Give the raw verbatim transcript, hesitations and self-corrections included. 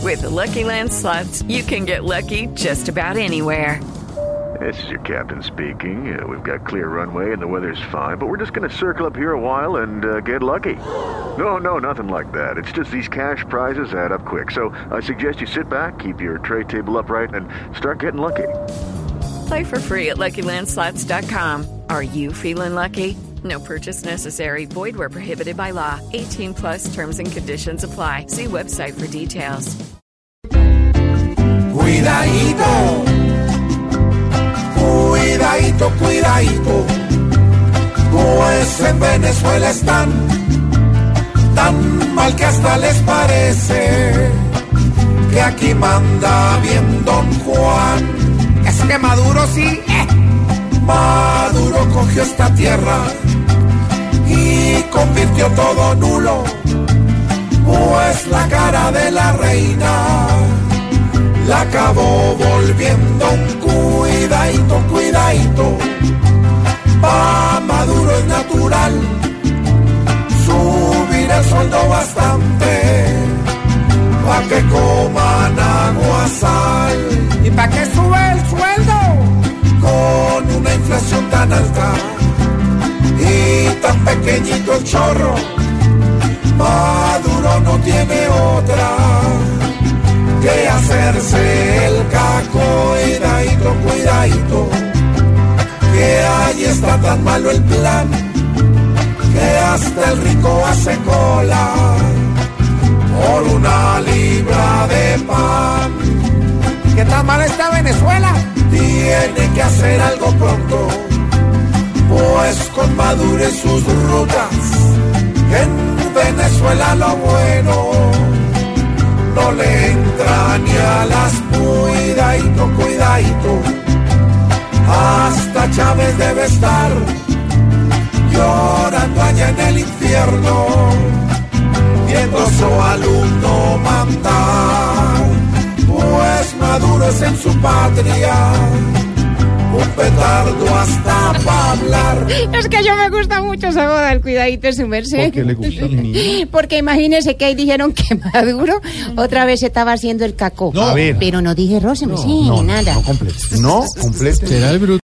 With the Lucky Land Slots, you can get lucky just about anywhere. This is your captain speaking. Uh, we've got clear runway and the weather's fine, but we're just going to circle up here a while and uh, get lucky. No, no, nothing like that. It's just these cash prizes add up quick. So I suggest you sit back, keep your tray table upright, and start getting lucky. Play for free at Lucky Land Slots dot com. Are you feeling lucky? No purchase necessary. Void where prohibited by law. eighteen plus terms and conditions apply. See website for details. Cuidadito. Cuidadito, cuidadito, pues en Venezuela están tan mal que hasta les parece que aquí manda bien Don Juan. Es que Maduro sí, eh. Maduro cogió esta tierra y convirtió todo nulo, pues la cara de la reina la acabó volviendo un cuidadito, cuidadito. Pa' Maduro es natural subir el sueldo bastante, pa' que coman agua, sal. ¿Y pa' qué sube el sueldo? Con una inflación tan alta y tan pequeñito el chorro, Maduro no tiene otra que hacerse el caco. Cuidadito, cuidadito, que ahí está tan malo el plan, que hasta el rico hace cola por una libra de pan. ¿Qué tan mal está Venezuela? Tiene que hacer algo pronto, pues con Maduro y sus rutas, en Venezuela lo bueno no le entra ni a las. Cuidadito, cuidadito, hasta Chávez debe estar llorando allá en el infierno, viendo a su alumno mandar, pues Maduro es en su patria un petardo hasta para hablar. Es que yo me gusta mucho esa boda, el cuidadito su merced. ¿Por qué le gusta a mí? Porque imagínese que ahí dijeron que Maduro otra vez estaba haciendo el cacó. No, a ver. Pero no dije Rosemary, No, sí, no, nada. No complete. No complete. Será el bruto.